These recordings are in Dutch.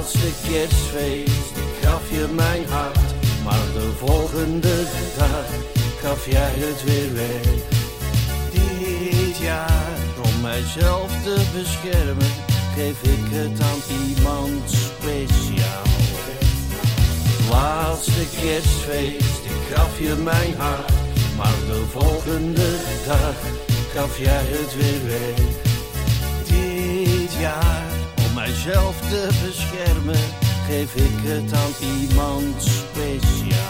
laatste kerstfeest, ik gaf je mijn hart. Maar de volgende dag gaf jij het weer weg. Dit jaar, om mijzelf te beschermen, geef ik het aan iemand speciaal. Laatste kerstfeest, ik gaf je mijn hart. Maar de volgende dag gaf jij het weer weg. Dit jaar, om mijzelf te beschermen, geef ik het aan iemand speciaal.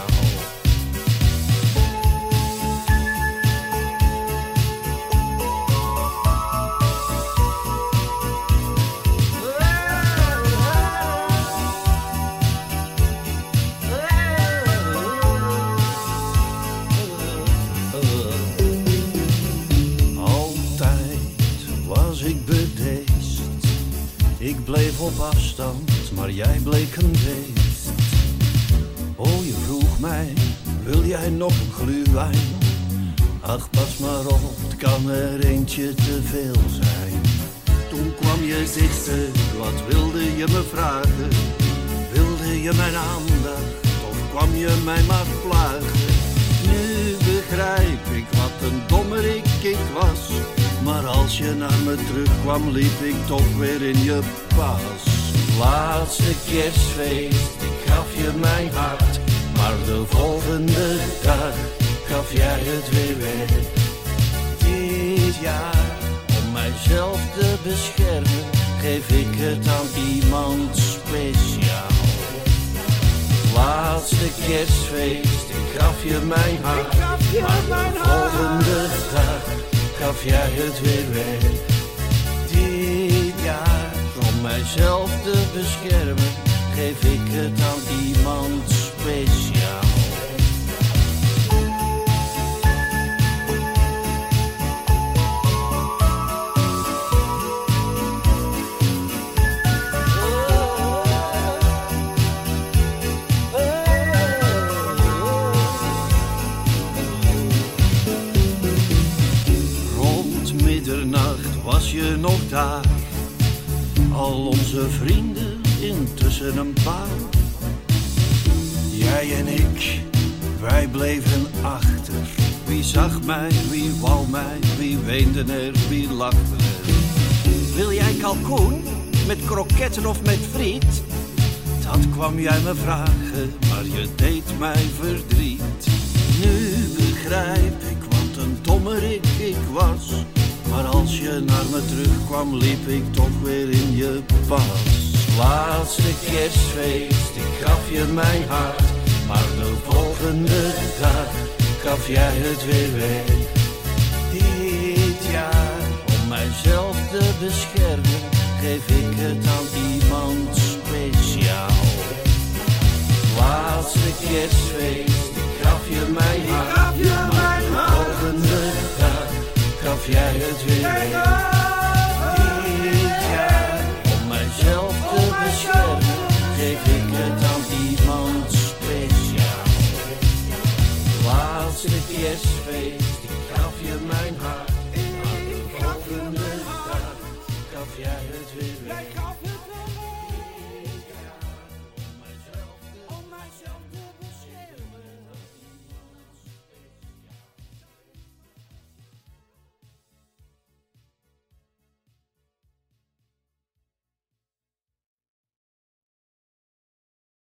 Ik bedeesd, ik bleef op afstand, maar jij bleek een beest. Oh, je vroeg mij, wil jij nog een gluwijn? Ach, pas maar op, het kan er eentje te veel zijn. Toen kwam je dichter, wat wilde je me vragen? Wilde je mijn aandacht, of kwam je mij maar plagen? Nu begrijp ik wat een dommerik ik was. Maar als je naar me terugkwam, liep ik toch weer in je pas. Laatste kerstfeest, ik gaf je mijn hart. Maar de volgende dag gaf jij het weer weg. Dit jaar, om mijzelf te beschermen, geef ik het aan iemand speciaal. Laatste kerstfeest, ik gaf je mijn hart. Maar de volgende dag gaf jij het weer weg. Dit jaar, om mijzelf te beschermen, geef ik het aan iemand speciaal. Middernacht was je nog daar, al onze vrienden intussen een paar. Jij en ik, wij bleven achter. Wie zag mij, wie wou mij, wie weende er, wie lachte er. Wil jij kalkoen, met kroketten of met friet? Dat kwam jij me vragen, maar je deed mij verdriet. Nu begrijp ik wat een dommerik ik was. Maar als je naar me terugkwam, liep ik toch weer in je pas. Laatste kerstfeest, ik gaf je mijn hart. Maar de volgende dag gaf jij het weer weg. Dit jaar, om mijzelf te beschermen, geef ik het aan iemand speciaal. Laatste kerstfeest, ik gaf je mijn hart. Maar de volgende dag gaf jij het weer weg. Dit jaar, om mijzelf te beschermen, geef ik het aan iemand speciaal. Laatste kerstfeest, ik gaf je mijn hart. Maar de volgende dag gaf jij het weer weg.